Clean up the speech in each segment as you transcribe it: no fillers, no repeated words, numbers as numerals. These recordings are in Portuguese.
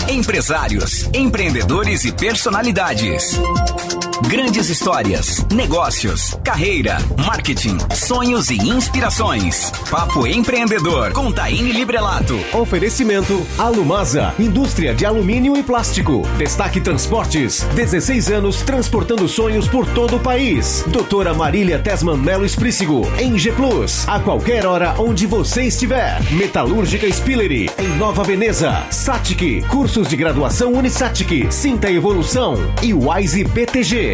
Empresários, empreendedores e personalidades. Grandes histórias, negócios, carreira, marketing, sonhos e inspirações. Papo Empreendedor com Taine Librelato. Oferecimento Alumasa, indústria de alumínio e plástico. Destaque Transportes, 16 anos transportando sonhos por todo o país. Doutora Marília Tesman Melo Esprícigo, em G Plus, a qualquer hora onde você estiver. Metalúrgica Spillery, em Nova Veneza. Satic, cursos de graduação Unisatic, Sinta Evolução e Wise BTG.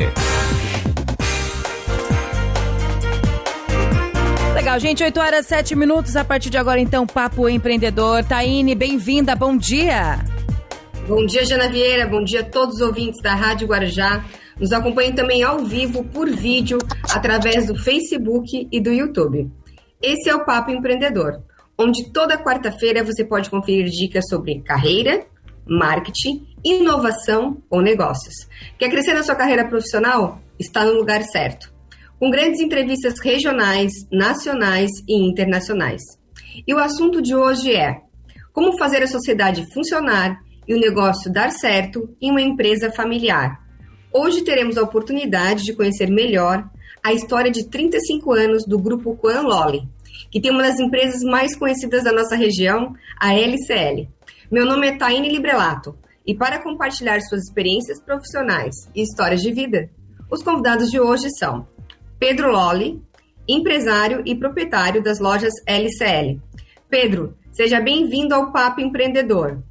Legal, gente, 8h07. A partir de agora, então, Papo Empreendedor. Taine, bem-vinda, bom dia. Bom dia, Jana Vieira, bom dia a todos os ouvintes da Rádio Guarujá. Nos acompanhem também ao vivo, por vídeo, através do Facebook e do YouTube. Esse é o Papo Empreendedor, onde toda quarta-feira você pode conferir dicas sobre carreira, marketing, inovação ou negócios. Quer crescer na sua carreira profissional? Está no lugar certo. Com grandes entrevistas regionais, nacionais e internacionais. E o assunto de hoje é como fazer a sociedade funcionar e o negócio dar certo em uma empresa familiar. Hoje teremos a oportunidade de conhecer melhor a história de 35 anos do Grupo Coan Lolli, que tem uma das empresas mais conhecidas da nossa região, a LCL. Meu nome é Taine Librelato e para compartilhar suas experiências profissionais e histórias de vida, os convidados de hoje são Pedro Lolli, empresário e proprietário das lojas LCL. Pedro, seja bem-vindo ao Papo Empreendedor.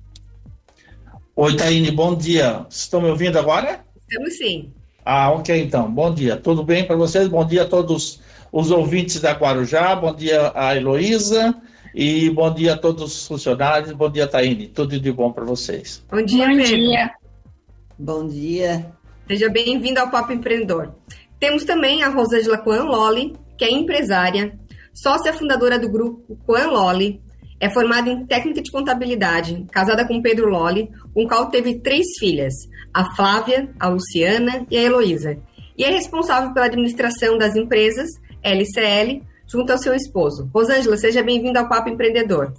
Oi, Taine, bom dia. Estão me ouvindo agora? Estamos sim. Ok, então. Bom dia. Tudo bem para vocês? Bom dia a todos os ouvintes da Guarujá. Bom dia a Heloísa. E bom dia a todos os funcionários. Bom dia, Taine. Tudo de bom para vocês. Bom dia, Pedro. Dia. Bom dia. Seja bem-vindo ao Papo Empreendedor. Temos também a Rosângela Coan Lolli, que é empresária, sócia fundadora do grupo Coan Lolli, é formada em técnica de contabilidade, casada com Pedro Lolli, com o qual teve 3 filhas, a Flávia, a Luciana e a Heloísa, e é responsável pela administração das empresas LCL, junto ao seu esposo. Rosângela, seja bem-vinda ao Papo Empreendedor.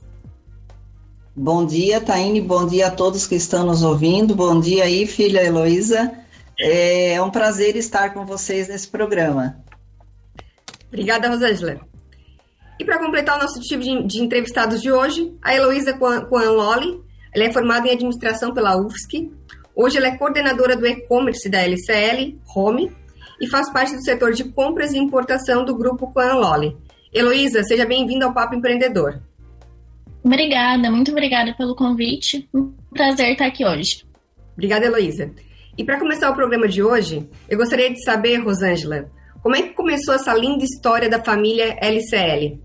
Bom dia, Taine, bom dia a todos que estão nos ouvindo, bom dia aí, filha Heloísa. É um prazer estar com vocês nesse programa. Obrigada, Rosângela. E para completar o nosso time de entrevistados de hoje, a Heloísa Coan Lolli, ela é formada em administração pela UFSC. Hoje ela é coordenadora do e-commerce da LCL, Home, e faz parte do setor de compras e importação do grupo Coan Lolli. Heloísa, seja bem-vinda ao Papo Empreendedor. Obrigada, muito obrigada pelo convite. Um prazer estar aqui hoje. Obrigada, Heloísa. E para começar o programa de hoje, eu gostaria de saber, Rosângela, como é que começou essa linda história da família LCL?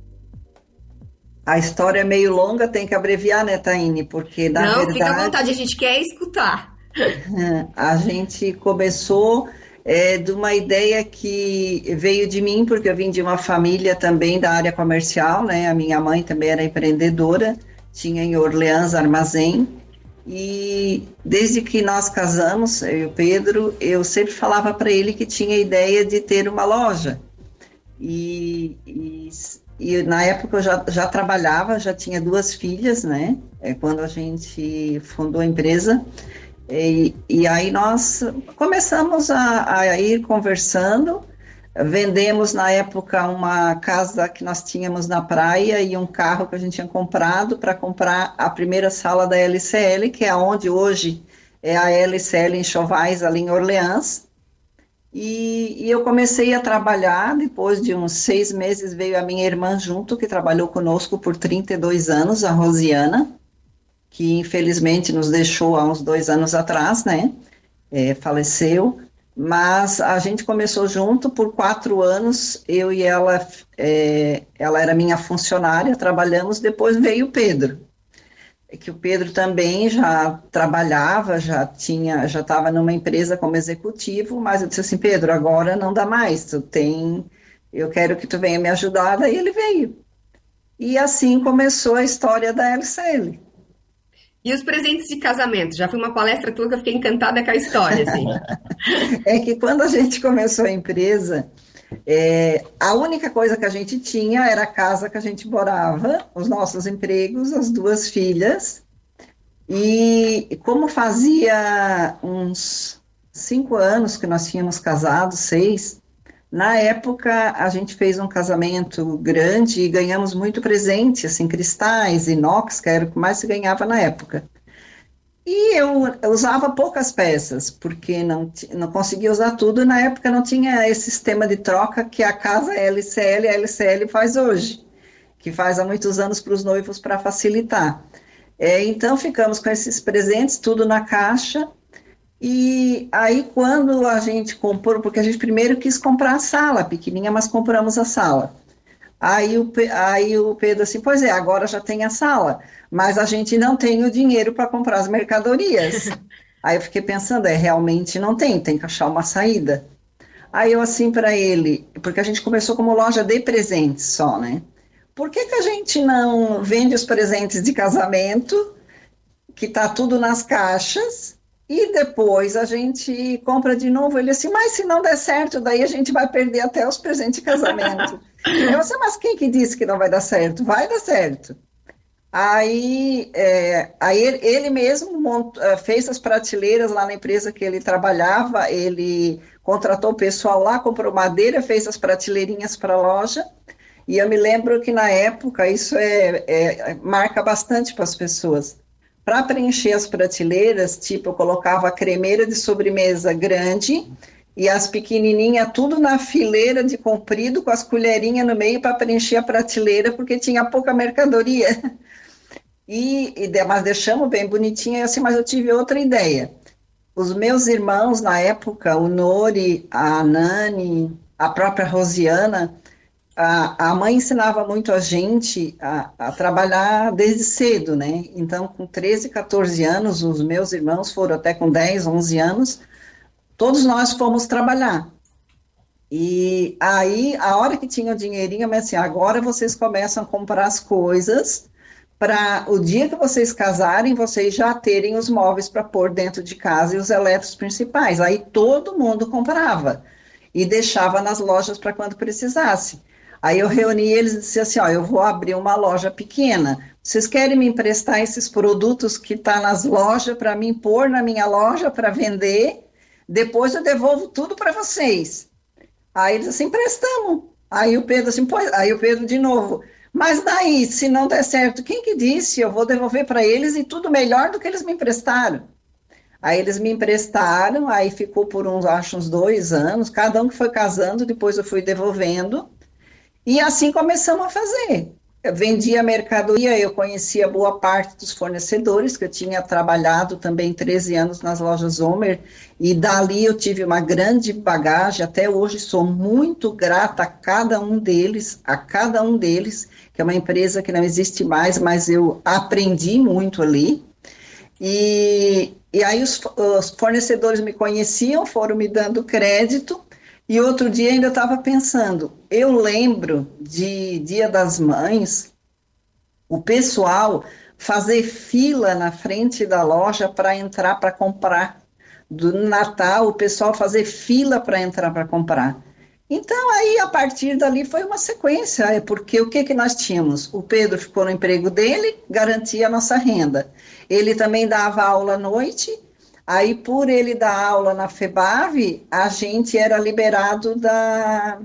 A história é meio longa, tem que abreviar, né, Taine? Porque, na verdade... Não, fica à vontade, a gente quer escutar. A gente começou de uma ideia que veio de mim, porque eu vim de uma família também da área comercial, né? A minha mãe também era empreendedora, tinha em Orleans armazém, e desde que nós casamos, eu e o Pedro, eu sempre falava para ele que tinha a ideia de ter uma loja. E na época eu já trabalhava, já tinha 2 filhas, né? Quando a gente fundou a empresa. E aí nós começamos a ir conversando. Vendemos na época uma casa que nós tínhamos na praia e um carro que a gente tinha comprado para comprar a primeira sala da LCL, que é onde hoje é a LCL em Chovais, ali em Orleans. E eu comecei a trabalhar, depois de uns 6 meses veio a minha irmã junto, que trabalhou conosco por 32 anos, a Rosiana, que infelizmente nos deixou há uns 2 anos atrás, né? Faleceu. Mas a gente começou junto por 4 anos, eu e ela, ela era minha funcionária, trabalhamos, depois veio o Pedro, que o Pedro também já trabalhava, já estava numa empresa como executivo, mas eu disse assim, Pedro, agora não dá mais, eu quero que tu venha me ajudar, daí ele veio. E assim começou a história da LCL. E os presentes de casamento? Já foi uma palestra tua que eu fiquei encantada com a história, assim. É que quando a gente começou a empresa, a única coisa que a gente tinha era a casa que a gente morava, os nossos empregos, as 2 filhas, E como fazia uns 5 anos que nós tínhamos casado, 6, na época a gente fez um casamento grande e ganhamos muito presente, assim, cristais, inox, que era o que mais se ganhava na época. E eu usava poucas peças, porque não conseguia usar tudo, e na época não tinha esse sistema de troca que a casa LCL, a LCL faz hoje, que faz há muitos anos para os noivos para facilitar. Então ficamos com esses presentes, tudo na caixa, e aí quando a gente comprou, porque a gente primeiro quis comprar a sala, pequenininha, mas compramos a sala. Aí o Pedro assim, pois é, agora já tem a sala, mas a gente não tem o dinheiro para comprar as mercadorias. Aí eu fiquei pensando, realmente não tem que achar uma saída. Aí eu assim para ele, porque a gente começou como loja de presentes só, né? Por que a gente não vende os presentes de casamento, que tá tudo nas caixas, e depois a gente compra de novo? Ele assim, mas se não der certo, daí a gente vai perder até os presentes de casamento. Eu assim, mas quem que disse que não vai dar certo? Vai dar certo. Aí ele mesmo fez as prateleiras lá na empresa que ele trabalhava, ele contratou o pessoal lá, comprou madeira, fez as prateleirinhas para a loja, e eu me lembro que na época, isso marca bastante para as pessoas. Para preencher as prateleiras, tipo, eu colocava a cremeira de sobremesa grande e as pequenininhas tudo na fileira de comprido, com as colherinhas no meio para preencher a prateleira, porque tinha pouca mercadoria. Mas deixamos bem bonitinha, assim, mas eu tive outra ideia. Os meus irmãos, na época, o Nori, a Nani, a própria Rosiana, a mãe ensinava muito a gente a trabalhar desde cedo, né? Então, com 13, 14 anos, os meus irmãos foram até com 10, 11 anos, todos nós fomos trabalhar. E aí, a hora que tinha o dinheirinho, mas assim, agora vocês começam a comprar as coisas para o dia que vocês casarem, vocês já terem os móveis para pôr dentro de casa e os eletros principais. Aí todo mundo comprava e deixava nas lojas para quando precisasse. Aí eu reuni eles e disse assim, eu vou abrir uma loja pequena, vocês querem me emprestar esses produtos que estão nas lojas para mim pôr na minha loja para vender? Depois eu devolvo tudo para vocês. Aí eles assim, emprestamos. Aí o Pedro assim, aí o Pedro de novo, mas daí, se não der certo, quem que disse? Eu vou devolver para eles e tudo melhor do que eles me emprestaram. Aí eles me emprestaram, aí ficou por uns 2 anos, cada um que foi casando, depois eu fui devolvendo. E assim começamos a fazer. Eu vendia mercadoria, eu conhecia boa parte dos fornecedores, que eu tinha trabalhado também 13 anos nas lojas Homer, e dali eu tive uma grande bagagem, até hoje sou muito grata a cada um deles, que é uma empresa que não existe mais, mas eu aprendi muito ali. E aí os fornecedores me conheciam, foram me dando crédito. E outro dia ainda estava pensando, eu lembro de Dia das Mães, o pessoal fazer fila na frente da loja para entrar para comprar. Do Natal, o pessoal fazer fila para entrar para comprar. Então, aí, a partir dali, foi uma sequência, porque o que nós tínhamos? O Pedro ficou no emprego dele, garantia a nossa renda. Ele também dava aula à noite. Aí, por ele dar aula na FEBAV, a gente era liberado da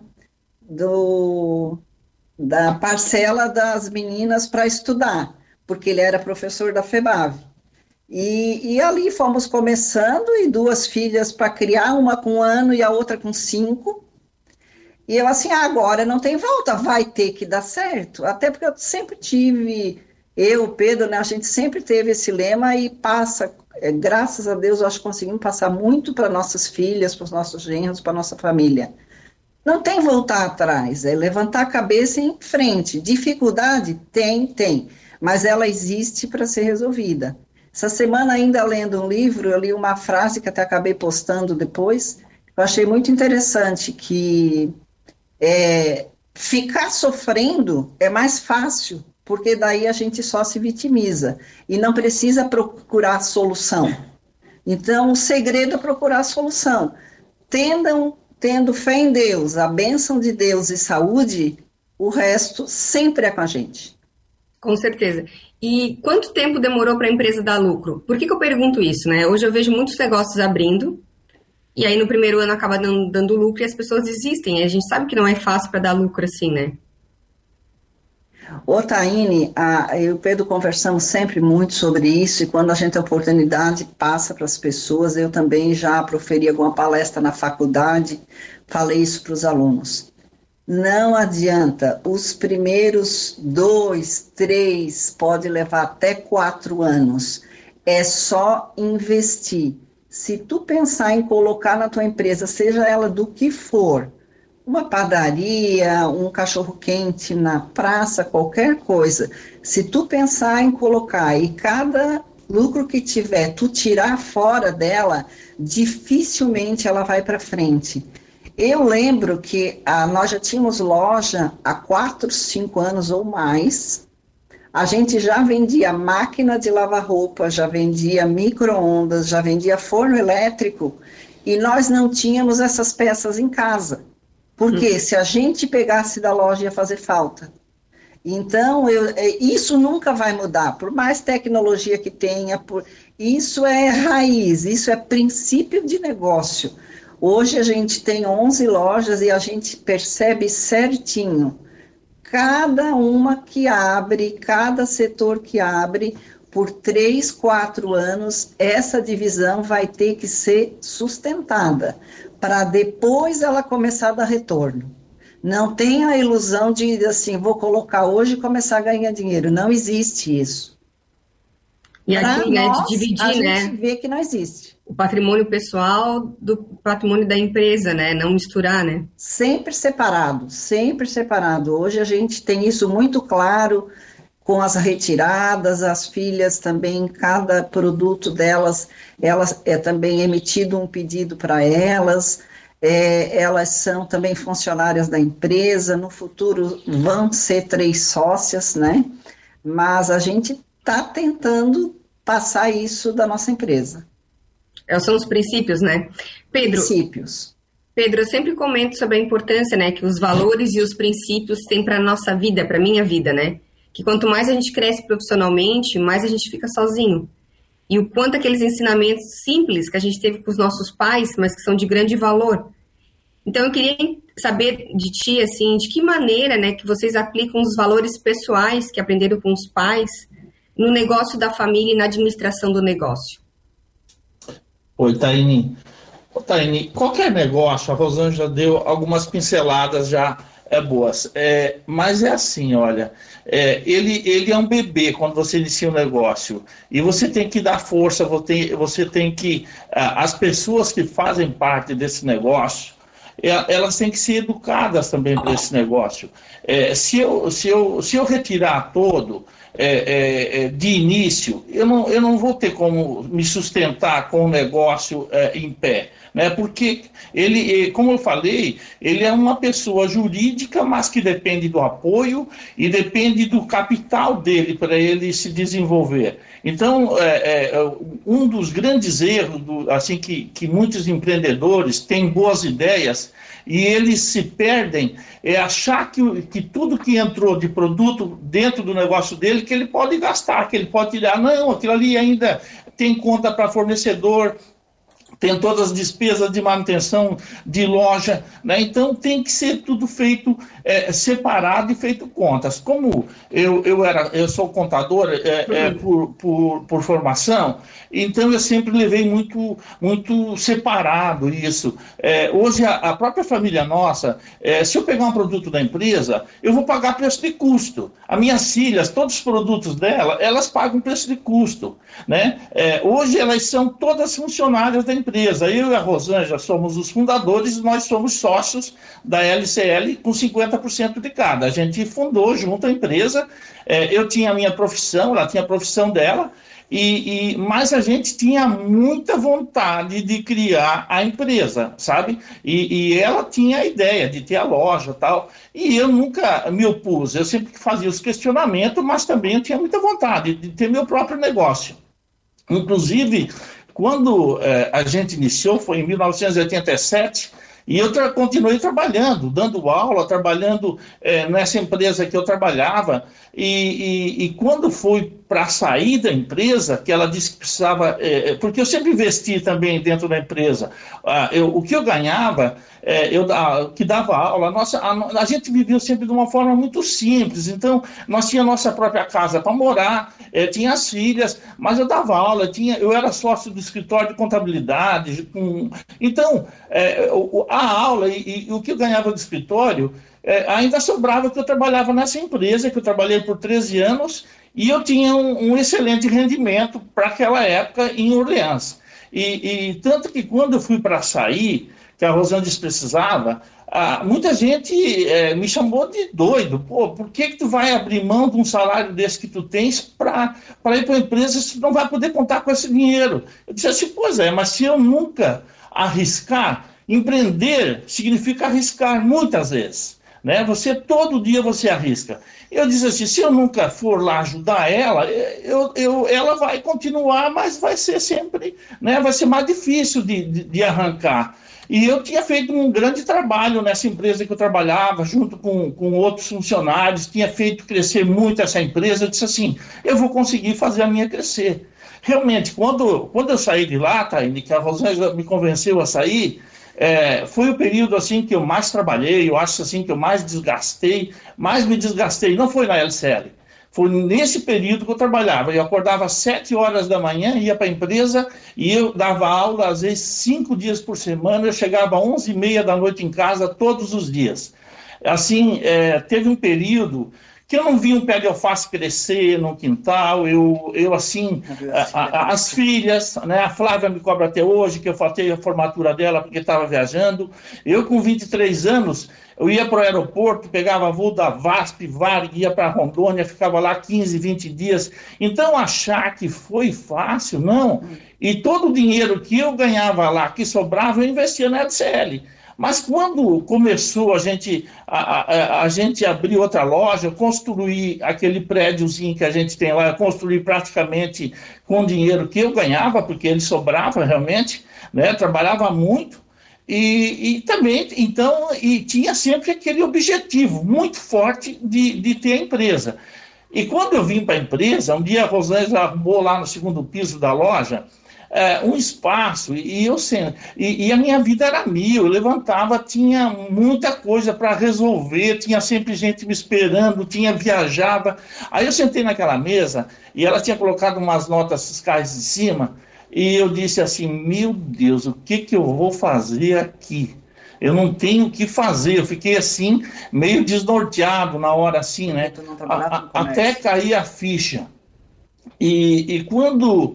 parcela das meninas para estudar, porque ele era professor da FEBAV. E ali fomos começando, e 2 filhas para criar, uma com 1 ano e a outra com 5. E eu assim, agora não tem volta, vai ter que dar certo. Até porque eu sempre tive, o Pedro, né, a gente sempre teve esse lema e passa... graças a Deus, eu acho que conseguimos passar muito para nossas filhas, para os nossos genros, para a nossa família. Não tem voltar atrás, é levantar a cabeça e ir em frente. Dificuldade? Tem, mas ela existe para ser resolvida. Essa semana, ainda lendo um livro, eu li uma frase que até acabei postando depois, eu achei muito interessante, que ficar sofrendo é mais fácil, porque daí a gente só se vitimiza e não precisa procurar solução. Então, o segredo é procurar a solução. Tendo fé em Deus, a bênção de Deus e saúde, o resto sempre é com a gente. Com certeza. E quanto tempo demorou para a empresa dar lucro? Por que eu pergunto isso, né? Hoje eu vejo muitos negócios abrindo, e aí no primeiro ano acaba dando lucro e as pessoas desistem. E a gente sabe que não é fácil para dar lucro assim, né? Ô, Taine, eu e o Pedro conversamos sempre muito sobre isso, e quando a gente tem oportunidade, passa para as pessoas. Eu também já proferi alguma palestra na faculdade, falei isso para os alunos. Não adianta, os primeiros 2, 3, pode levar até 4 anos, é só investir. Se tu pensar em colocar na tua empresa, seja ela do que for, uma padaria, um cachorro-quente na praça, qualquer coisa, se tu pensar em colocar e cada lucro que tiver, tu tirar fora dela, dificilmente ela vai para frente. Eu lembro que nós já tínhamos loja há 4, 5 anos ou mais. A gente já vendia máquina de lavar roupa, já vendia micro-ondas, já vendia forno elétrico, e nós não tínhamos essas peças em casa. Porque se a gente pegasse da loja ia fazer falta. Então, isso nunca vai mudar, por mais tecnologia que tenha, isso é raiz, isso é princípio de negócio. Hoje a gente tem 11 lojas e a gente percebe certinho, cada uma que abre, cada setor que abre, por 3, 4 anos, essa divisão vai ter que ser sustentada, para depois ela começar a dar retorno. Não tem a ilusão de, assim, vou colocar hoje e começar a ganhar dinheiro. Não existe isso. E aqui, né, de dividir, a gente vê que não existe. O patrimônio pessoal do patrimônio da empresa, né? Não misturar, né? Sempre separado, sempre separado. Hoje a gente tem isso muito claro, com as retiradas, as filhas também, cada produto delas, é também emitido um pedido para elas, elas são também funcionárias da empresa, no futuro vão ser 3 sócias, né? Mas a gente está tentando passar isso da nossa empresa. São os princípios, né? Pedro, eu sempre comento sobre a importância, né, que os valores e os princípios têm para a nossa vida, para a minha vida, né? Que quanto mais a gente cresce profissionalmente, mais a gente fica sozinho. E o quanto aqueles ensinamentos simples que a gente teve com os nossos pais, mas que são de grande valor. Então, eu queria saber de ti, assim, de que maneira, né, que vocês aplicam os valores pessoais que aprenderam com os pais no negócio da família e na administração do negócio. Oi, Taine. Qualquer negócio, a Rosângela deu algumas pinceladas já boas. Mas é assim, olha, ele é um bebê quando você inicia um negócio. E você tem que dar força, você tem que... As pessoas que fazem parte desse negócio, elas têm que ser educadas também para esse negócio. Se eu retirar todo... de início, eu não vou ter como me sustentar com o negócio em pé, né? Porque ele, como eu falei, ele é uma pessoa jurídica, mas que depende do apoio e depende do capital dele para ele se desenvolver. Então, um dos grandes erros, assim, que muitos empreendedores têm boas ideias e eles se perdem, é achar que tudo que entrou de produto dentro do negócio dele, que ele pode gastar, que ele pode tirar. Não, aquilo ali ainda tem conta para fornecedor, tem todas as despesas de manutenção de loja, né? Então tem que ser tudo feito separado e feito contas. Como eu sou contador por formação, então eu sempre levei muito separado isso. Hoje a própria família nossa, se eu pegar um produto da empresa, eu vou pagar preço de custo. As minhas filhas, todos os produtos dela, elas pagam preço de custo, né? Hoje elas são todas funcionárias da empresa. Eu e a Rosângela somos os fundadores, nós somos sócios da LCL com 50% de cada. A gente fundou junto a empresa, eu tinha a minha profissão, ela tinha a profissão dela, mas a gente tinha muita vontade de criar a empresa, sabe? E ela tinha a ideia de ter a loja e tal, e eu nunca me opus, eu sempre fazia os questionamentos, mas também eu tinha muita vontade de ter meu próprio negócio. Inclusive, quando a gente iniciou, foi em 1987, e eu continuei trabalhando, dando aula, trabalhando nessa empresa que eu trabalhava, e quando fui para sair da empresa, que ela disse que precisava, porque eu sempre investi também dentro da empresa, o que eu ganhava, que dava aula, a gente vivia sempre de uma forma muito simples, então nós tínhamos nossa própria casa para morar, tinha as filhas, mas eu dava aula, eu era sócio do escritório de contabilidade, então a aula e o que eu ganhava do escritório, ainda sobrava que eu trabalhava nessa empresa, que eu trabalhei por 13 anos, e eu tinha um excelente rendimento para aquela época em Orleans. E tanto que quando eu fui para sair, que a Rosângela precisava, muita gente me chamou de doido. Pô, por que tu vai abrir mão de um salário desse que tu tens para ir para a empresa se tu não vai poder contar com esse dinheiro? Eu disse assim, pois é, mas se eu nunca arriscar, empreender significa arriscar muitas vezes. Né? Todo dia você arrisca. Eu disse assim, se eu nunca for lá ajudar ela, ela vai continuar, mas vai ser sempre, né? Vai ser mais difícil de arrancar. E eu tinha feito um grande trabalho nessa empresa que eu trabalhava, junto com outros funcionários, tinha feito crescer muito essa empresa. Eu disse assim, eu vou conseguir fazer a minha crescer. Realmente, quando eu saí de lá, Taíne, que a Rosângela me convenceu a sair, foi o período assim que eu mais trabalhei, eu acho assim que eu mais me desgastei, não foi na LCL, foi nesse período que eu trabalhava, eu acordava às 7 horas da manhã, ia para a empresa e eu dava aula às vezes 5 dias por semana, eu chegava às 11h30 da noite em casa todos os dias. Assim, teve um período que eu não vi um pé de alface crescer no quintal, eu assim, as filhas, né, a Flávia me cobra até hoje, que eu faltei a formatura dela porque estava viajando, eu com 23 anos, eu ia para o aeroporto, pegava voo da VASP, Varig, ia para Rondônia, ficava lá 15, 20 dias, então achar que foi fácil, não, e todo o dinheiro que eu ganhava lá, que sobrava, eu investia na LCL. Mas quando começou a gente abrir outra loja, construir aquele prédiozinho que a gente tem lá, construir praticamente com o dinheiro que eu ganhava, porque ele sobrava realmente, né? Trabalhava muito, e também, então, e tinha sempre aquele objetivo muito forte de ter a empresa. E quando eu vim para a empresa, um dia a Rosângela arrumou lá no segundo piso da loja, um espaço, e a minha vida era mil, eu levantava, tinha muita coisa para resolver, tinha sempre gente me esperando, viajava, aí eu sentei naquela mesa, e ela tinha colocado umas notas fiscais em cima, e eu disse assim, meu Deus, o que eu vou fazer aqui? Eu não tenho o que fazer, eu fiquei assim, meio desnorteado na hora assim, né, até cair a ficha, e quando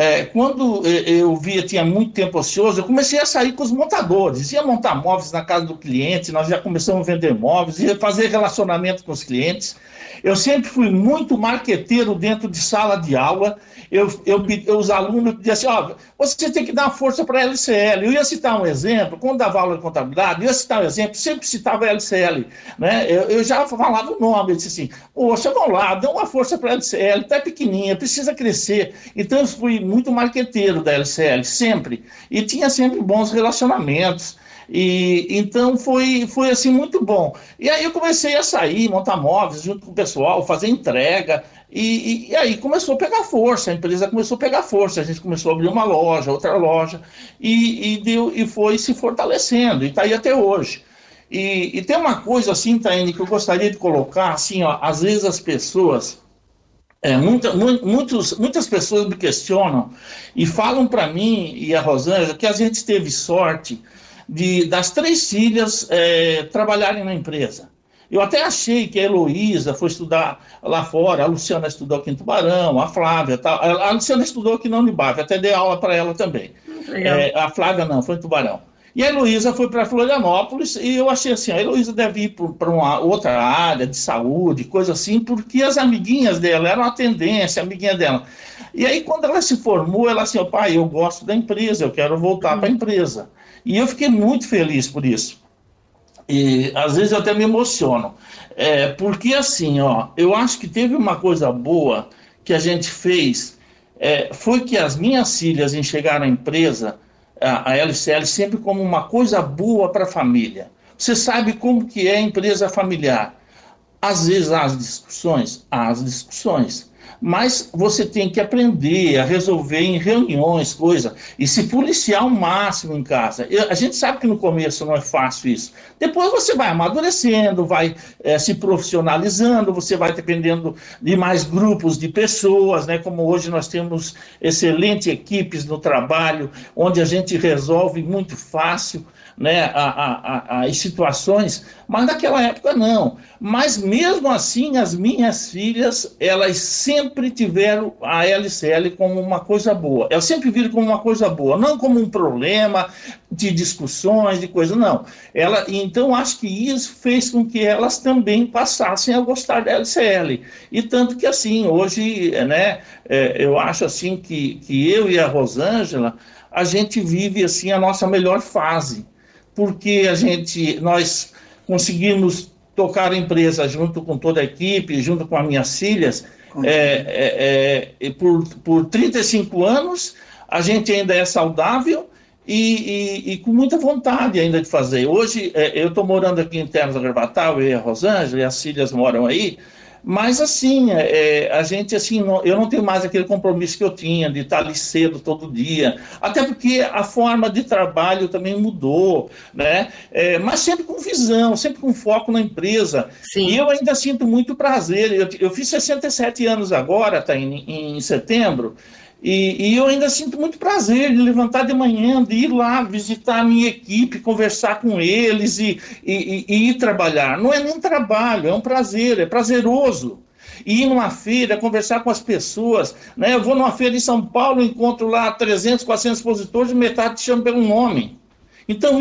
eu via, tinha muito tempo ocioso, eu comecei a sair com os montadores, ia montar móveis na casa do cliente, nós já começamos a vender móveis, ia fazer relacionamento com os clientes. Eu sempre fui muito marqueteiro dentro de sala de aula, os alunos diziam assim, você tem que dar uma força para a LCL. Eu ia citar um exemplo, quando dava aula de contabilidade, eu ia citar um exemplo, sempre citava a LCL, né? Eu já falava o nome, eu disse assim, poxa, vamos lá, dá uma força para a LCL, está pequenininha, precisa crescer. Então eu fui muito marqueteiro da LCL, sempre, e tinha sempre bons relacionamentos, e então foi assim muito bom. E aí eu comecei a sair, montar móveis junto com o pessoal, fazer entrega, e aí começou a pegar força, a empresa começou a pegar força, a gente começou a abrir uma loja, outra loja, e foi se fortalecendo, e está aí até hoje. E tem uma coisa assim, Taíne, que eu gostaria de colocar, assim, às vezes as pessoas, muitas pessoas me questionam e falam para mim e a Rosângela que a gente teve sorte das 3 filhas trabalharem na empresa. Eu até achei que a Heloísa foi estudar lá fora, a Luciana estudou aqui em Tubarão, a Flávia, a Luciana estudou aqui na Unibaf, até dei aula para ela também. A Flávia não, foi em Tubarão. E a Heloísa foi para Florianópolis, e eu achei assim, a Heloísa deve ir para uma outra área de saúde, coisa assim, porque as amiguinhas dela eram a tendência, a amiguinha dela. E aí, quando ela se formou, ela assim, pai, eu gosto da empresa, eu quero voltar para a empresa. E eu fiquei muito feliz por isso. E às vezes eu até me emociono. Porque assim, eu acho que teve uma coisa boa que a gente fez, foi que as minhas filhas enxergaram a empresa, a LCL, sempre como uma coisa boa para a família. Você sabe como que é a empresa familiar. Às vezes há as discussões, Mas você tem que aprender a resolver em reuniões, coisa, e se policiar ao máximo em casa. A gente sabe que no começo não é fácil isso. Depois você vai amadurecendo, vai se profissionalizando, você vai dependendo de mais grupos de pessoas, né? Como hoje nós temos excelentes equipes no trabalho, onde a gente resolve muito fácil, né, as situações, mas naquela época não. Mas mesmo assim, as minhas filhas, elas sempre tiveram a LCL como uma coisa boa. Elas sempre viram como uma coisa boa, não como um problema de discussões, de coisa, não. Então, acho que isso fez com que elas também passassem a gostar da LCL. E tanto que, assim, hoje, né, eu acho assim que eu e a Rosângela, a gente vive assim a nossa melhor fase, porque nós conseguimos tocar a empresa junto com toda a equipe, junto com as minhas filhas, por 35 anos, a gente ainda é saudável e com muita vontade ainda de fazer. Hoje, eu estou morando aqui em Termas da Gravatal, eu e a Rosângela, e as filhas moram aí, mas assim, a gente assim, eu não tenho mais aquele compromisso que eu tinha de estar ali cedo todo dia, até porque a forma de trabalho também mudou, né? Mas sempre com visão, sempre com foco na empresa. Sim. E eu ainda sinto muito prazer. Eu fiz 67 anos agora, tá, em setembro, e eu ainda sinto muito prazer de levantar de manhã, de ir lá visitar a minha equipe, conversar com eles e ir trabalhar. Não é nem trabalho, é um prazer, é prazeroso. E ir numa feira, conversar com as pessoas, né? Eu vou numa feira em São Paulo, encontro lá 300, 400 expositores e metade te chama pelo nome. Então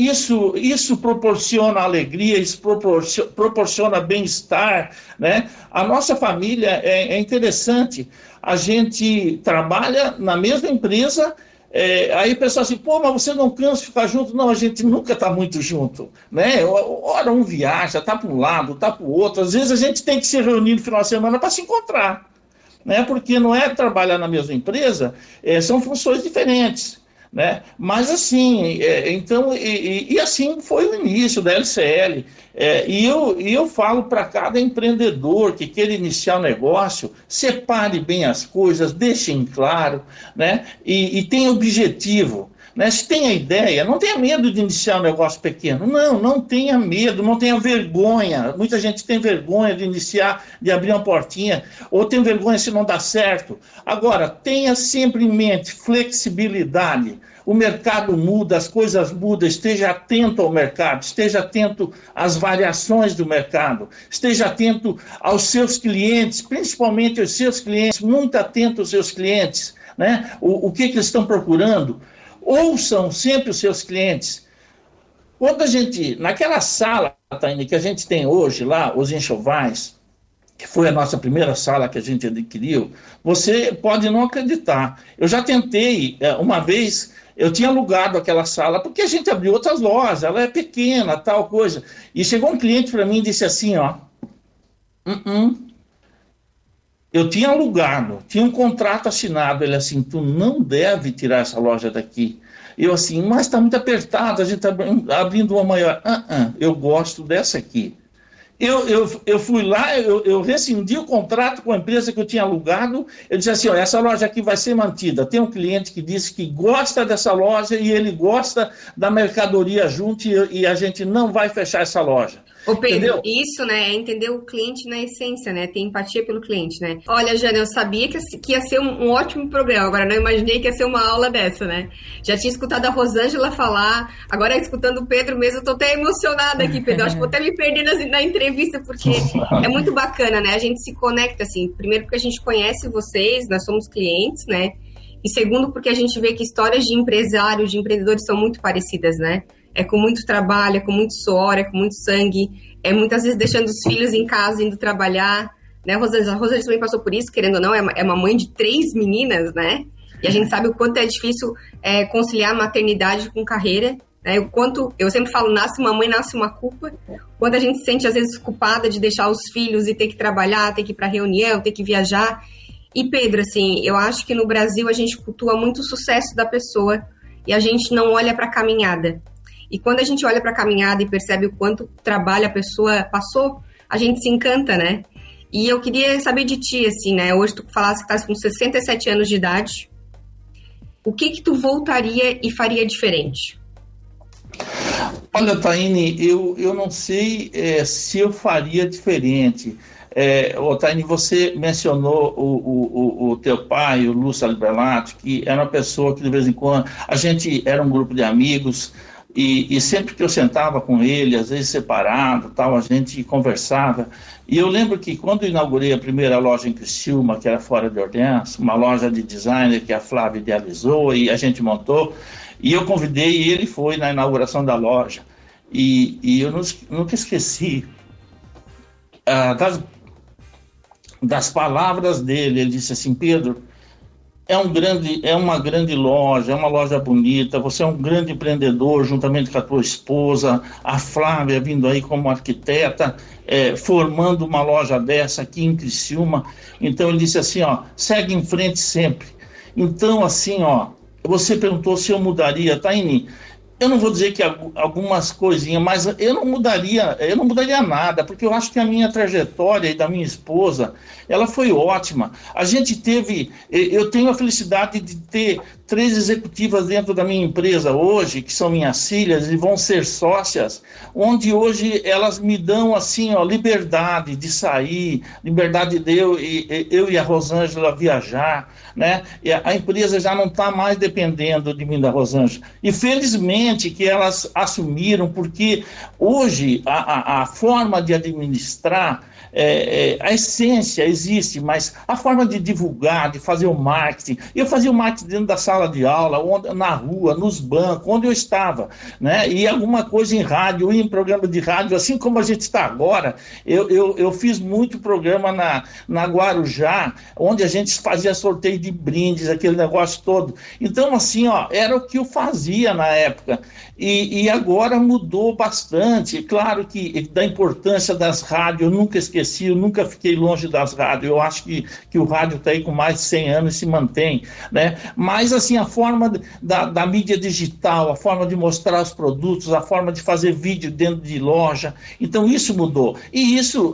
isso proporciona alegria, isso proporciona bem-estar, né? A nossa família é interessante. A gente trabalha na mesma empresa, aí o pessoal assim, pô, mas você não cansa de ficar junto? Não, a gente nunca está muito junto, né? Ora um viaja, está para um lado, está para o outro. Às vezes a gente tem que se reunir no final de semana para se encontrar, né? Porque não é trabalhar na mesma empresa, são funções diferentes, né? Mas assim, então, assim foi o início da LCL, e eu falo para cada empreendedor que queira iniciar um negócio, separe bem as coisas, deixe em claro, né? E tenha objetivo, né? Se tem a ideia, não tenha medo de iniciar um negócio pequeno, não tenha medo, não tenha vergonha. Muita gente tem vergonha de iniciar, de abrir uma portinha, ou tem vergonha se não dá certo. Agora, tenha sempre em mente flexibilidade. O mercado muda, as coisas mudam, esteja atento ao mercado, esteja atento às variações do mercado, esteja atento aos seus clientes, principalmente aos seus clientes, muito atento aos seus clientes, né? O que eles estão procurando. Ouçam sempre os seus clientes. Quando naquela sala, Taine, que a gente tem hoje lá, os enxovais, que foi a nossa primeira sala que a gente adquiriu, você pode não acreditar. Eu já tentei, uma vez, eu tinha alugado aquela sala, porque a gente abriu outras lojas, ela é pequena, tal coisa. E chegou um cliente para mim e disse assim, ó, eu tinha alugado, tinha um contrato assinado, ele assim, tu não deve tirar essa loja daqui. Eu assim, mas está muito apertado, a gente está abrindo uma maior. Eu gosto dessa aqui. Eu fui lá, eu rescindi o contrato com a empresa que eu tinha alugado, eu disse assim, ó, essa loja aqui vai ser mantida. Tem um cliente que disse que gosta dessa loja e ele gosta da mercadoria junto e a gente não vai fechar essa loja. Ô Pedro, entendeu? Isso, né, é entender o cliente na essência, né, ter empatia pelo cliente, né. Olha, Jana, eu sabia que ia ser um ótimo programa, agora não imaginei que ia ser uma aula dessa, né. Já tinha escutado a Rosângela falar, agora escutando o Pedro mesmo, eu tô até emocionada aqui, Pedro, acho que vou até me perder na entrevista, porque é muito bacana, né, a gente se conecta, assim, primeiro porque a gente conhece vocês, nós somos clientes, né, e segundo porque a gente vê que histórias de empresários, de empreendedores são muito parecidas, né. É com muito trabalho, é com muito suor, é com muito sangue, é muitas vezes deixando os filhos em casa, indo trabalhar, né? A Rosângela também passou por isso, querendo ou não, é uma mãe de 3 meninas, né? E a gente sabe o quanto é difícil conciliar maternidade com carreira, né? O quanto, eu sempre falo, nasce uma mãe, nasce uma culpa. Quando a gente se sente, às vezes, culpada de deixar os filhos e ter que trabalhar, ter que ir para reunião, ter que viajar. E, Pedro, assim, eu acho que no Brasil a gente cultua muito o sucesso da pessoa e a gente não olha para a caminhada. E quando a gente olha para a caminhada e percebe o quanto trabalho a pessoa passou, a gente se encanta, né? E eu queria saber de ti, assim, né? Hoje tu falaste que estás com 67 anos de idade. O que tu voltaria e faria diferente? Olha, Taine, eu não sei se eu faria diferente. Taine, você mencionou o teu pai, o Lúcio Alberlati, que era uma pessoa que de vez em quando, a gente era um grupo de amigos, e sempre que eu sentava com ele, às vezes separado, tal, a gente conversava. E eu lembro que quando eu inaugurei a primeira loja em Criciúma, que era fora de Orleans, uma loja de designer que a Flávia idealizou e a gente montou, e eu convidei e ele foi na inauguração da loja. E eu nunca esqueci das palavras dele. Ele disse assim: Pedro, é uma grande loja, é uma loja bonita, você é um grande empreendedor juntamente com a tua esposa, a Flávia vindo aí como arquiteta, formando uma loja dessa aqui em Criciúma. Então ele disse assim, segue em frente sempre. Então assim, você perguntou se eu mudaria, Taine. Eu não vou dizer que algumas coisinhas, mas eu não mudaria nada, porque eu acho que a minha trajetória e da minha esposa, ela foi ótima. Eu tenho a felicidade de ter 3 executivas dentro da minha empresa hoje, que são minhas filhas e vão ser sócias, onde hoje elas me dão assim, liberdade de sair, liberdade de eu e a Rosângela viajar, né? E a empresa já não está mais dependendo de mim, da Rosângela. E felizmente que elas assumiram, porque hoje a forma de administrar, a essência existe, mas a forma de divulgar, de fazer o marketing, eu fazia o marketing dentro da sala de aula, na rua, nos bancos, onde eu estava, né? E alguma coisa em rádio, em programa de rádio, assim como a gente está agora. Eu fiz muito programa na Guarujá, onde a gente fazia sorteio de brindes, aquele negócio todo. Então, assim, era o que eu fazia na época. E agora mudou bastante. Claro que da importância das rádios, eu nunca esqueci, eu nunca fiquei longe das rádios. Eu acho que o rádio está aí com mais de 100 anos e se mantém, né? Mas, assim, a forma da mídia digital, a forma de mostrar os produtos, a forma de fazer vídeo dentro de loja, então isso mudou. E isso,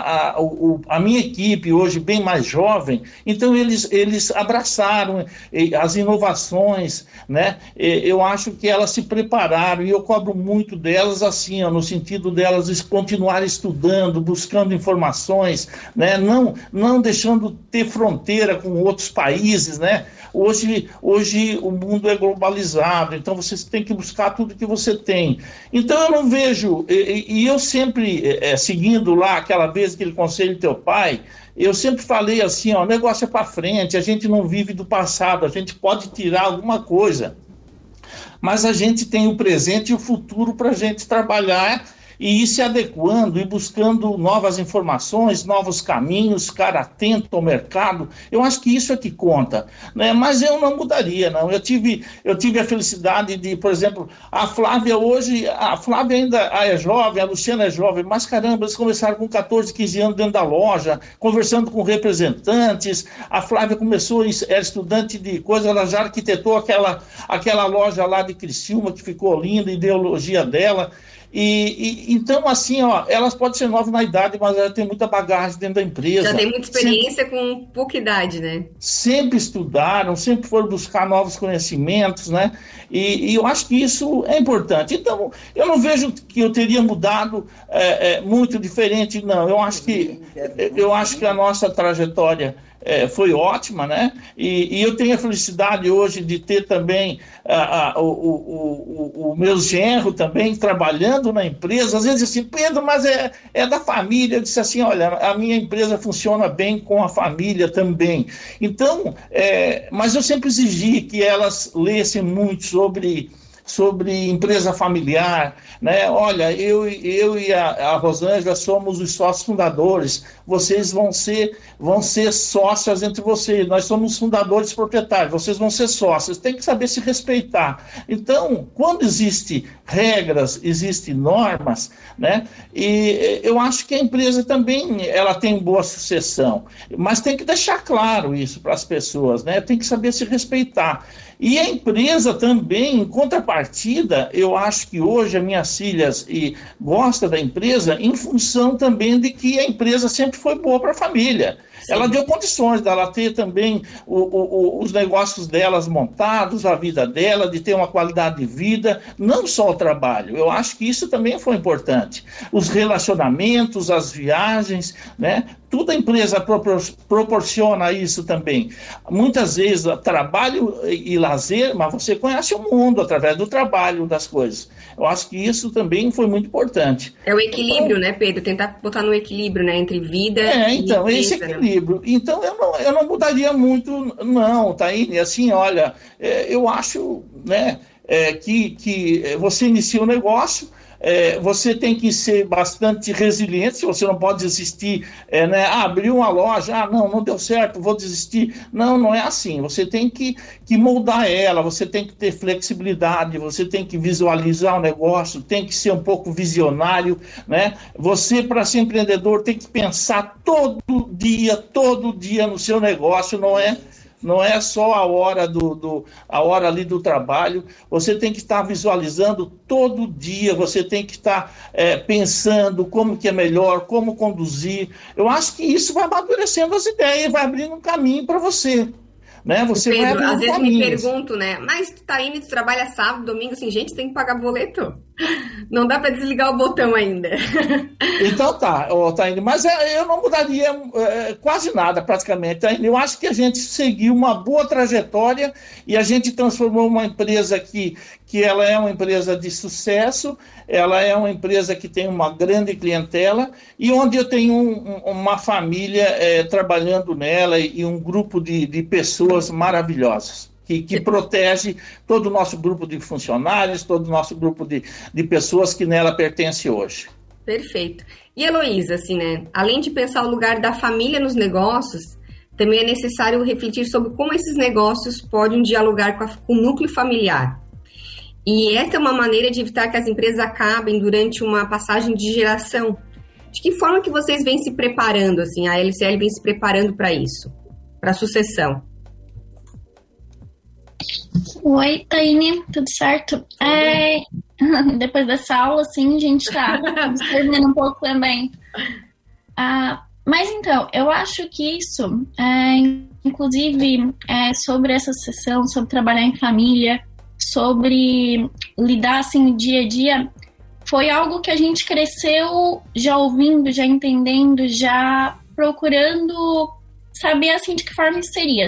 a minha equipe, hoje bem mais jovem, então eles abraçaram as inovações, né? Eu acho que elas se prepararam, e eu cobro muito delas assim, no sentido delas continuarem estudando, buscando informações, né? Não deixando ter fronteira com outros países, né? Hoje o mundo é globalizado, então você tem que buscar tudo que você tem. Então eu não vejo, e eu sempre, seguindo lá aquela vez aquele conselho do teu pai, eu sempre falei assim, o negócio é para frente, a gente não vive do passado, a gente pode tirar alguma coisa, mas a gente tem o presente e o futuro para a gente trabalhar e ir se adequando e buscando novas informações, novos caminhos, ficar atento ao mercado. Eu acho que isso é que conta, né? Mas eu não mudaria, não. Eu tive a felicidade de, por exemplo, a Flávia ainda é jovem, a Luciana é jovem, mas caramba, eles começaram com 14, 15 anos dentro da loja, conversando com representantes. A Flávia era estudante de coisa, ela já arquitetou aquela loja lá de Criciúma, que ficou linda, a ideologia dela. Então, assim, elas podem ser novas na idade, mas elas têm muita bagagem dentro da empresa. Já tem muita experiência com pouca idade, né? Sempre estudaram, sempre foram buscar novos conhecimentos, né? E eu acho que isso é importante. Então, eu não vejo que eu teria mudado muito diferente, não. Eu acho que a nossa trajetória foi ótima, né? E eu tenho a felicidade hoje de ter também o meu genro também trabalhando na empresa. Às vezes assim, Pedro, mas é da família. Eu disse assim, olha, a minha empresa funciona bem com a família também. Então, mas eu sempre exigi que elas lessem muito sobre empresa familiar, né? Olha, eu e a Rosângela somos os sócios fundadores, vocês vão ser sócias entre vocês, nós somos fundadores proprietários, vocês vão ser sócios, tem que saber se respeitar. Então, quando existem regras, existem normas, né? E eu acho que a empresa também, ela tem boa sucessão, mas tem que deixar claro isso para as pessoas, né? Tem que saber se respeitar. E a empresa também, em contrapartida, eu acho que hoje as minhas filhas gostam da empresa em função também de que a empresa sempre foi boa para a família. Sim. Ela deu condições dela ter também os negócios delas montados, a vida dela, de ter uma qualidade de vida, não só o trabalho. Eu acho que isso também foi importante. Os relacionamentos, as viagens, né? Tudo a empresa proporciona isso também. Muitas vezes, trabalho e lazer, mas você conhece o mundo através do trabalho, das coisas. Eu acho que isso também foi muito importante. É o equilíbrio, né, Pedro? Tentar botar no equilíbrio, né, entre vida e empresa, esse equilíbrio. Né? Então, eu não mudaria muito, não, Taíne. Assim, olha, eu acho, né, que você inicia um negócio, você tem que ser bastante resiliente, você não pode desistir, né? Abriu uma loja, não deu certo, vou desistir. Não é assim, você tem que moldar ela, você tem que ter flexibilidade, você tem que visualizar o negócio, tem que ser um pouco visionário, né? Você, para ser empreendedor, tem que pensar todo dia no seu negócio, não é só a hora a hora ali do trabalho. Você tem que estar visualizando todo dia, você tem que estar pensando como que é melhor, como conduzir. Eu acho que isso vai amadurecendo as ideias, vai abrindo um caminho para você. Né? Você Pedro, vai às vezes caminhos. Me pergunto, né? Mas tu tá indo, tu trabalha sábado, domingo, assim, gente, tem que pagar boleto. Não dá para desligar o botão ainda. Então tá, Taíne, mas eu não mudaria quase nada praticamente, Taíne. Eu acho que a gente seguiu uma boa trajetória e a gente transformou uma empresa que ela é uma empresa de sucesso, ela é uma empresa que tem uma grande clientela e onde eu tenho uma família trabalhando nela e um grupo de pessoas maravilhosas. Que protege todo o nosso grupo de funcionários, todo o nosso grupo de pessoas que nela pertence hoje. Perfeito. E Heloísa, assim, né? Além de pensar o lugar da família nos negócios, também é necessário refletir sobre como esses negócios podem dialogar com o núcleo familiar. E essa é uma maneira de evitar que as empresas acabem durante uma passagem de geração. De que forma que vocês vêm se preparando, assim, a LCL vem se preparando para isso, para a sucessão? Oi, Taíne, tudo certo? Depois dessa aula, sim, a gente tá terminando um pouco também. Mas então, eu acho que isso, inclusive, sobre essa sessão, sobre trabalhar em família, sobre lidar, assim, no dia a dia, foi algo que a gente cresceu já ouvindo, já entendendo, já procurando saber, assim, de que forma isso seria.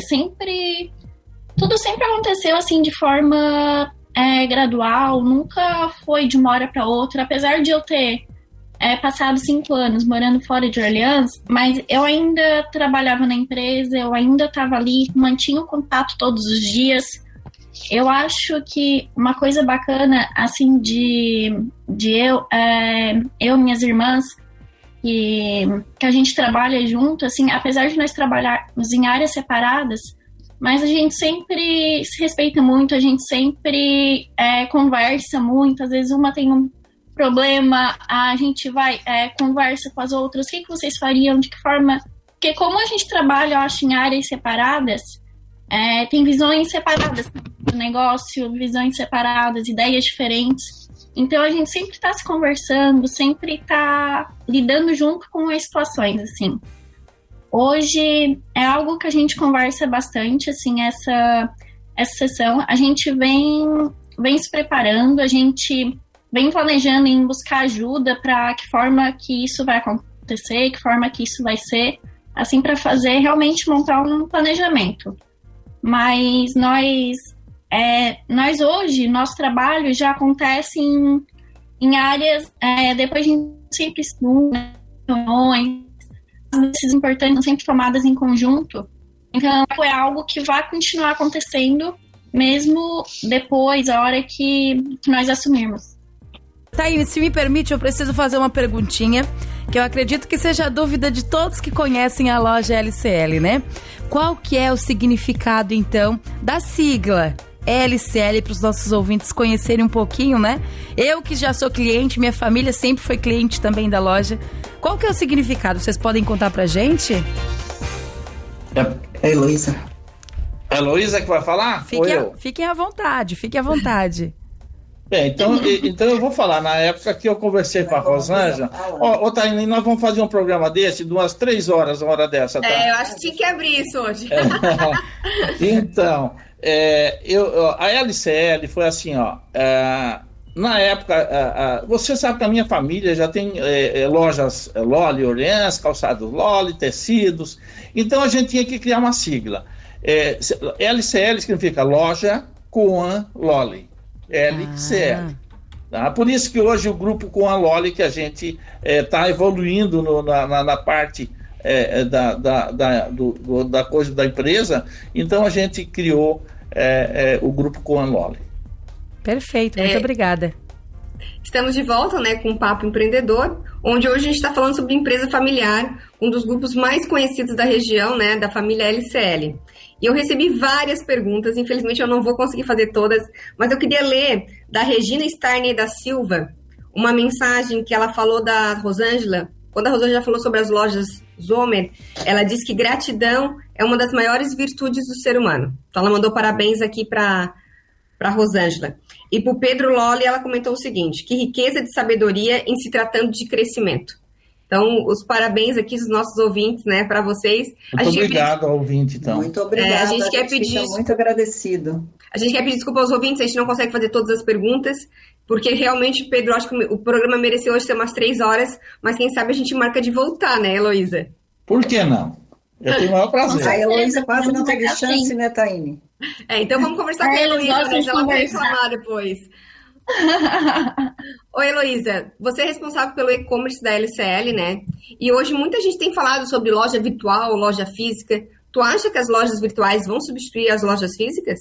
Tudo sempre aconteceu assim de forma gradual, nunca foi de uma hora para outra, apesar de eu ter passado 5 anos morando fora de Orleans, mas eu ainda trabalhava na empresa, eu ainda estava ali, mantinha o contato todos os dias. Eu acho que uma coisa bacana assim de eu e minhas irmãs, que a gente trabalha junto, assim, apesar de nós trabalharmos em áreas separadas, mas a gente sempre se respeita muito, a gente sempre conversa muito. Às vezes uma tem um problema, a gente vai, conversa com as outras. O que vocês fariam? De que forma? Porque como a gente trabalha, eu acho, em áreas separadas, tem visões separadas do negócio, visões separadas, ideias diferentes. Então a gente sempre está se conversando, sempre está lidando junto com as situações, assim. Hoje é algo que a gente conversa bastante, assim, essa sessão. A gente vem se preparando, a gente vem planejando em buscar ajuda para que forma que isso vai acontecer, que forma que isso vai ser, assim, para fazer realmente montar um planejamento. Mas nós hoje, nosso trabalho já acontece em áreas, depois a gente sempre estuda, reuniões, decisões importantes são sempre tomadas em conjunto. Então, é algo que vai continuar acontecendo mesmo depois, a hora que nós assumirmos. Taíne, se me permite, eu preciso fazer uma perguntinha, que eu acredito que seja a dúvida de todos que conhecem a loja LCL, né? Qual que é o significado, então, da sigla LCL, para os nossos ouvintes conhecerem um pouquinho, né? Eu que já sou cliente, minha família sempre foi cliente também da loja. Qual que é o significado? Vocês podem contar pra gente? Heloísa. A Heloísa que vai falar? Fiquem à vontade, fiquem à vontade. Bem, então eu vou falar. Na época que eu conversei com a Rosângela, Taine, nós vamos fazer um programa desse de umas 3 horas, uma hora dessa, tá? Eu acho que tinha que abrir isso hoje. Então, a LCL foi assim, na época, você sabe que a minha família já tem lojas Loli, Orleans, calçados Loli, tecidos, então a gente tinha que criar uma sigla. LCL significa Loja Coan Loli, LCL. Tá? Por isso que hoje o grupo Coan Loli, que a gente está evoluindo na parte da coisa da empresa, então a gente criou o grupo Coan Loli. Perfeito, muito obrigada. Estamos de volta, né, com o Papo Empreendedor, onde hoje a gente está falando sobre empresa familiar, um dos grupos mais conhecidos da região, né, da família LCL. E eu recebi várias perguntas, infelizmente eu não vou conseguir fazer todas, mas eu queria ler da Regina Starney da Silva, uma mensagem que ela falou da Rosângela. Quando a Rosângela falou sobre as lojas Zomer, ela disse que gratidão é uma das maiores virtudes do ser humano. Então ela mandou parabéns aqui para Rosângela. E para o Pedro Loli, ela comentou o seguinte: que riqueza de sabedoria em se tratando de crescimento. Então, os parabéns aqui dos nossos ouvintes, né, para vocês. Muito obrigado ao ouvinte, então. Muito obrigada, a gente quer pedir, fica muito agradecido. A gente quer pedir desculpa aos ouvintes, a gente não consegue fazer todas as perguntas, porque realmente, Pedro, acho que o programa mereceu hoje ser umas 3 horas, mas quem sabe a gente marca de voltar, né, Heloísa? Por que não? Eu tenho o maior prazer. A Heloísa quase não teve chance, né, Taine? Então vamos conversar com a Heloísa, né? Ela vai reclamar depois. Oi, Heloísa, você é responsável pelo e-commerce da LCL, né? E hoje muita gente tem falado sobre loja virtual, loja física. Tu acha que as lojas virtuais vão substituir as lojas físicas?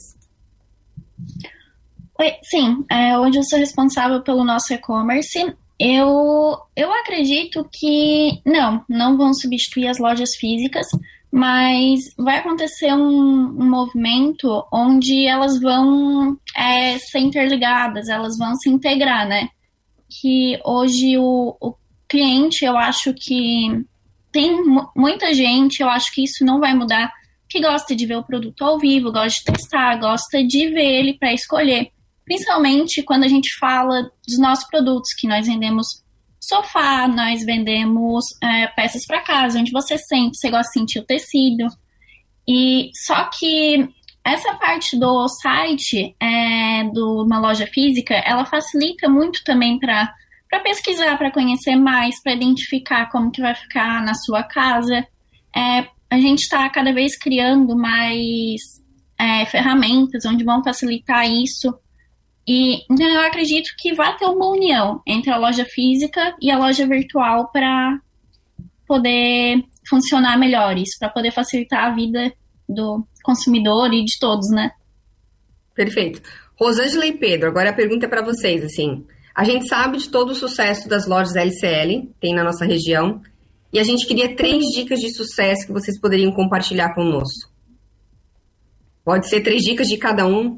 Sim, hoje eu sou responsável pelo nosso e-commerce. Eu acredito que não vão substituir as lojas físicas, mas vai acontecer um movimento onde elas vão ser interligadas, elas vão se integrar, né? Que hoje o cliente, eu acho que tem muita gente, eu acho que isso não vai mudar, que gosta de ver o produto ao vivo, gosta de testar, gosta de ver ele para escolher. Principalmente quando a gente fala dos nossos produtos, que nós vendemos sofá, nós vendemos peças para casa, onde você gosta de sentir o tecido. E só que essa parte do site, de uma loja física, ela facilita muito também para pesquisar, para conhecer mais, para identificar como que vai ficar na sua casa. A gente está cada vez criando mais ferramentas onde vão facilitar isso. E então eu acredito que vai ter uma união entre a loja física e a loja virtual para poder funcionar melhor isso, para poder facilitar a vida do consumidor e de todos, né? Perfeito. Rosângela e Pedro, agora a pergunta é para vocês, assim. A gente sabe de todo o sucesso das lojas LCL, tem na nossa região, e a gente queria 3 dicas de sucesso que vocês poderiam compartilhar conosco. Pode ser 3 dicas de cada um.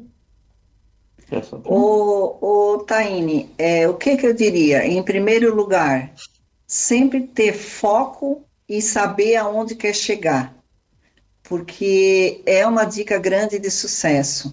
Taine, o que eu diria? Em primeiro lugar, sempre ter foco e saber aonde quer chegar, porque é uma dica grande de sucesso.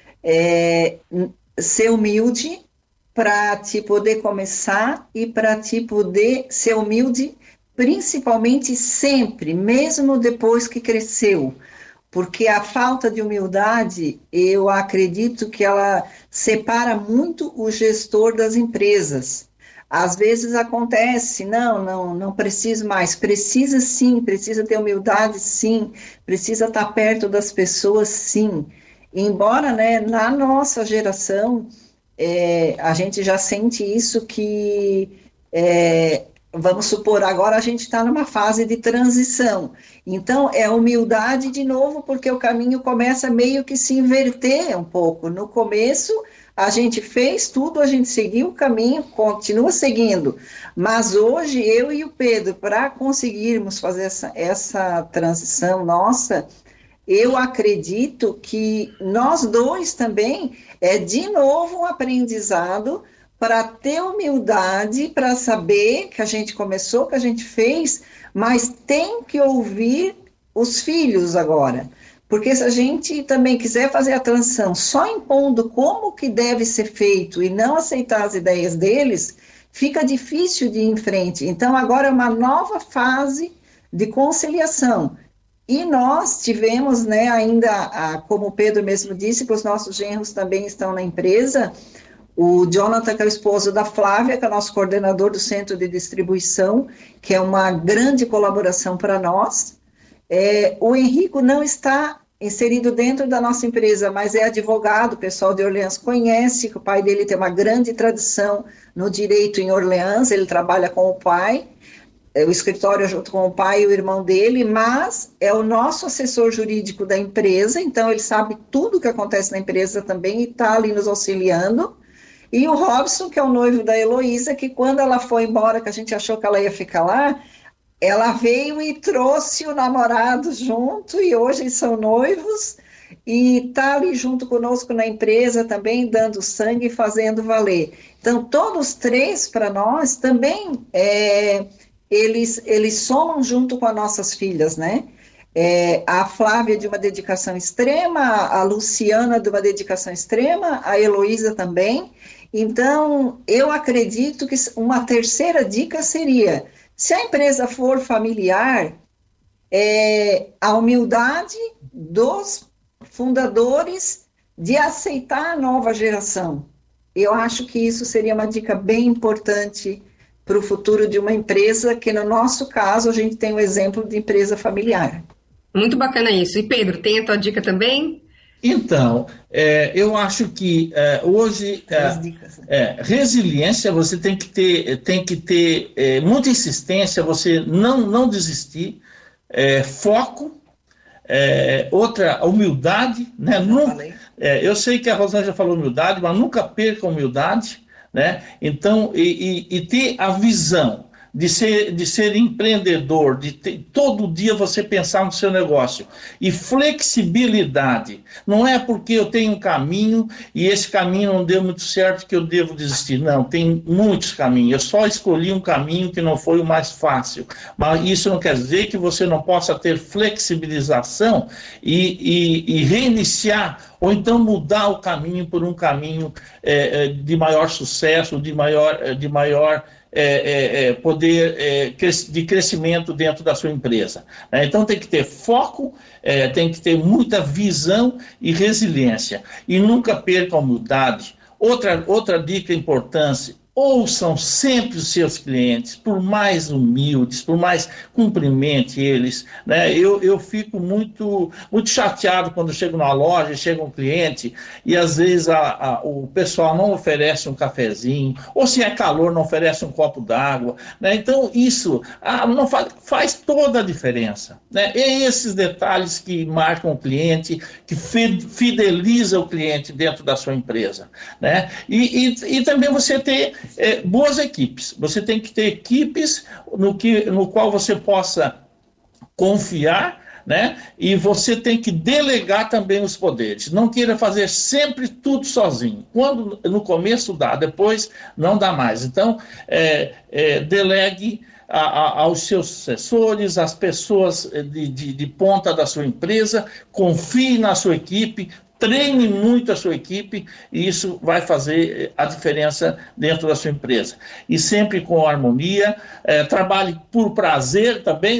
Ser humilde para te poder começar e para te poder ser humilde, principalmente sempre, mesmo depois que cresceu. Porque a falta de humildade, eu acredito que ela separa muito o gestor das empresas. Às vezes acontece, não preciso mais. Precisa sim, precisa ter humildade sim, precisa estar perto das pessoas sim. Embora, né, na nossa geração, a gente já sente isso que... vamos supor, agora a gente está numa fase de transição. Então, é humildade de novo, porque o caminho começa meio que se inverter um pouco. No começo, a gente fez tudo, a gente seguiu o caminho, continua seguindo. Mas hoje, eu e o Pedro, para conseguirmos fazer essa transição nossa, eu acredito que nós dois também, de novo um aprendizado para ter humildade, para saber que a gente começou, que a gente fez, mas tem que ouvir os filhos agora, Porque se a gente também quiser fazer a transição só impondo como que deve ser feito e não aceitar as ideias deles, fica difícil de ir em frente. Então, agora é uma nova fase de conciliação. E nós tivemos, né, ainda, como o Pedro mesmo disse, que os nossos genros também estão na empresa, o Jonathan, que é o esposo da Flávia, que é o nosso coordenador do centro de distribuição, que é uma grande colaboração para nós. O Henrico não está inserido dentro da nossa empresa, mas é advogado, o pessoal de Orleans conhece, que o pai dele tem uma grande tradição no direito em Orleans, ele trabalha com o pai, o escritório junto com o pai e o irmão dele, mas é o nosso assessor jurídico da empresa, então ele sabe tudo o que acontece na empresa também e está ali nos auxiliando. E o Robson, que é o noivo da Heloísa, que quando ela foi embora, que a gente achou que ela ia ficar lá, ela veio e trouxe o namorado junto, e hoje eles são noivos, e está ali junto conosco na empresa também, dando sangue e fazendo valer. Então, todos três, para nós, também, eles somam junto com as nossas filhas, né? A Flávia de uma dedicação extrema, a Luciana de uma dedicação extrema, a Heloísa também. Então, eu acredito que uma terceira dica seria... Se a empresa for familiar, a humildade dos fundadores de aceitar a nova geração. Eu acho que isso seria uma dica bem importante para o futuro de uma empresa, que no nosso caso a gente tem um exemplo de empresa familiar. Muito bacana isso. E Pedro, tem a tua dica também? Então, eu acho que hoje resiliência, você tem que ter muita insistência, você não desistir, foco, outra, humildade, né? Eu sei que a Rosângela falou humildade, mas nunca perca a humildade, né? Então, e ter a visão de ser empreendedor, todo dia você pensar no seu negócio. E flexibilidade. Não é porque eu tenho um caminho e esse caminho não deu muito certo que eu devo desistir. Não, tem muitos caminhos. Eu só escolhi um caminho que não foi o mais fácil. Mas isso não quer dizer que você não possa ter flexibilização e reiniciar, ou então mudar o caminho por um caminho de maior sucesso, de maior poder de crescimento dentro da sua empresa. Então tem que ter foco, tem que ter muita visão e resiliência. E nunca perca a humildade. Outra dica importante: ouçam sempre os seus clientes, por mais humildes, por mais cumprimente eles, né? Eu fico muito chateado quando chego na loja, chega um cliente e às vezes o pessoal não oferece um cafezinho, ou se é calor não oferece um copo d'água, né? Então isso não faz toda a diferença, né? E esses detalhes que marcam o cliente, que fideliza o cliente dentro da sua empresa, né? E também você ter boas equipes. Você tem que ter equipes no qual você possa confiar, né? E você tem que delegar também os poderes. Não queira fazer sempre tudo sozinho. Quando no começo dá, depois não dá mais. Então, delegue aos seus sucessores, às pessoas de ponta da sua empresa, confie na sua equipe, treine muito a sua equipe, e isso vai fazer a diferença dentro da sua empresa. E sempre com harmonia, trabalhe por prazer também,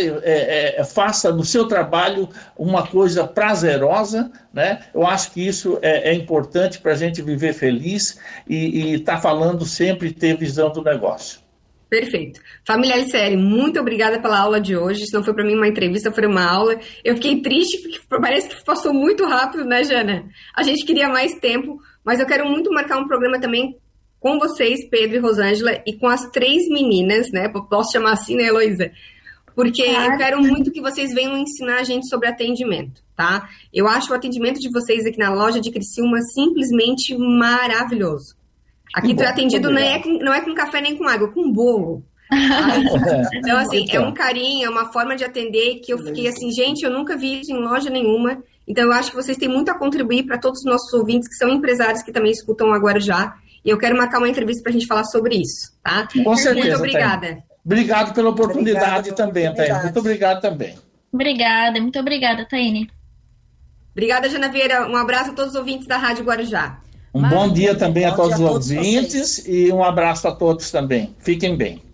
faça no seu trabalho uma coisa prazerosa, né? Eu acho que isso é importante para a gente viver feliz e estar falando sempre, ter visão do negócio. Perfeito. Família LCL, muito obrigada pela aula de hoje. Isso não foi para mim uma entrevista, foi uma aula. Eu fiquei triste porque parece que passou muito rápido, né, Jana? A gente queria mais tempo, mas eu quero muito marcar um programa também com vocês, Pedro e Rosângela, e com as 3 meninas, né? Posso chamar assim, né, Heloísa? Porque eu quero muito que vocês venham ensinar a gente sobre atendimento, tá? Eu acho o atendimento de vocês aqui na loja de Criciúma simplesmente maravilhoso. Aqui tu é atendido não é com café nem com água, é com bolo. Então, assim, é um carinho, é uma forma de atender que eu fiquei assim, gente, eu nunca vi isso em loja nenhuma. Então, eu acho que vocês têm muito a contribuir para todos os nossos ouvintes, que são empresários que também escutam agora já. E eu quero marcar uma entrevista para a gente falar sobre isso, tá? Com certeza. Muito obrigada. Taine. Obrigado pela oportunidade também, Taine. Muito obrigado também. Obrigada, muito obrigada, Taine. Obrigada, Jana Vieira. Um abraço a todos os ouvintes da Rádio Guarujá. Um bom dia também a todos os ouvintes e um abraço a todos também. Fiquem bem.